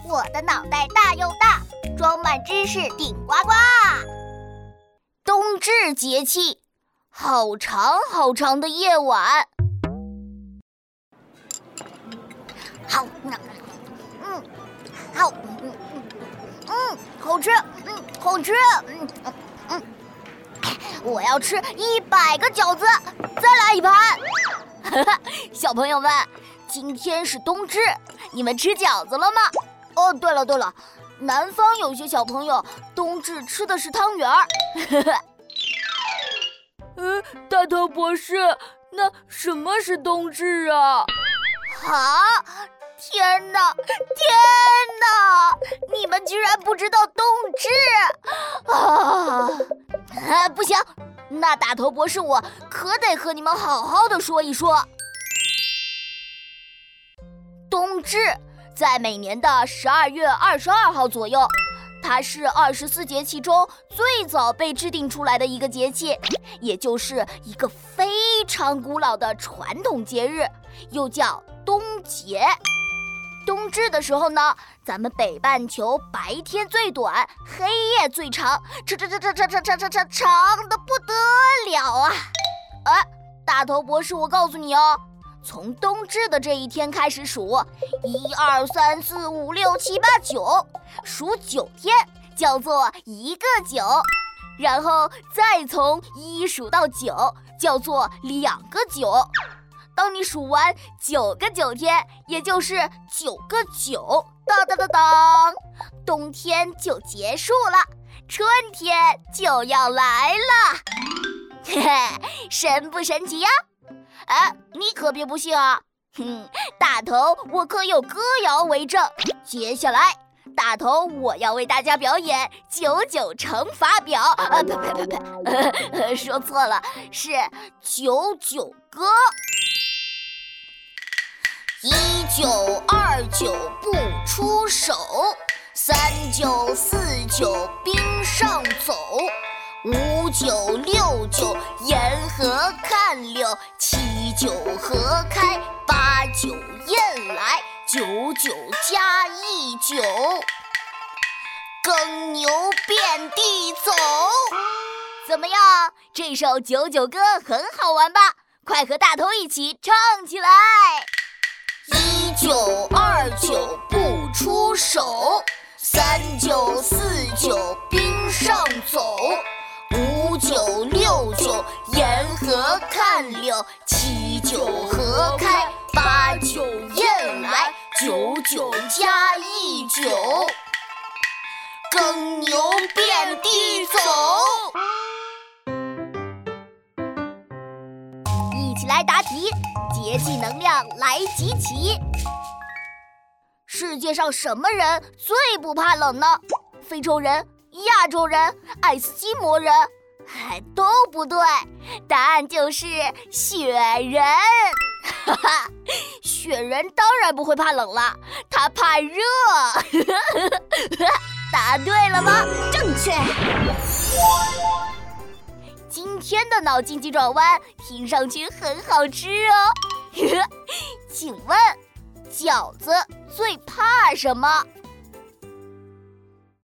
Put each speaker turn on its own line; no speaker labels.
我的脑袋大又大，装满知识顶呱呱。冬至节气，好长好长的夜晚。好，好，好吃，好吃，我要吃100个饺子，再来一盘。小朋友们，今天是冬至，你们吃饺子了吗？哦，对了，南方有些小朋友冬至吃的是汤圆儿。
大头博士，那什么是冬至啊？
啊！天哪！你们居然不知道冬至不行，那大头博士我可得和你们好好的说一说。冬至在每年的12月22号左右，它是24节气中最早被制定出来的一个节气，也就是一个非常古老的传统节日，又叫冬节。冬至的时候呢，咱们北半球白天最短，黑夜最长，长的不得了啊！大头博士，我告诉你哦，从冬至的这一天开始数，1、2、3、4、5、6、7、8、9，数9天叫做一个9，然后再从1数到9，叫做2个9。当你数完9个9天，也就是9个9，当，冬天就结束了，春天就要来了。神不神奇呀？你可别不信啊！大头我可有歌谣为证。接下来，大头我要为大家表演99乘法表。说错了，是99歌。1929不出手，3949冰上走，5969沿河看柳，79河开，89雁来，99加19耕牛遍地走。怎么样？这首99歌很好玩吧？快和大头一起唱起来！1929不出手，3949冰上走，5969沿河看柳，79河开，89雁来，99加19耕牛遍地走。一起来答题，节气能量来集齐。世界上什么人最不怕冷呢？非洲人、亚洲人、爱斯基摩人？都不对，答案就是雪人。雪人当然不会怕冷了，他怕热。答对了吗？
正确。
今天的脑筋急转弯听上去很好吃哦。请问饺子最怕什么？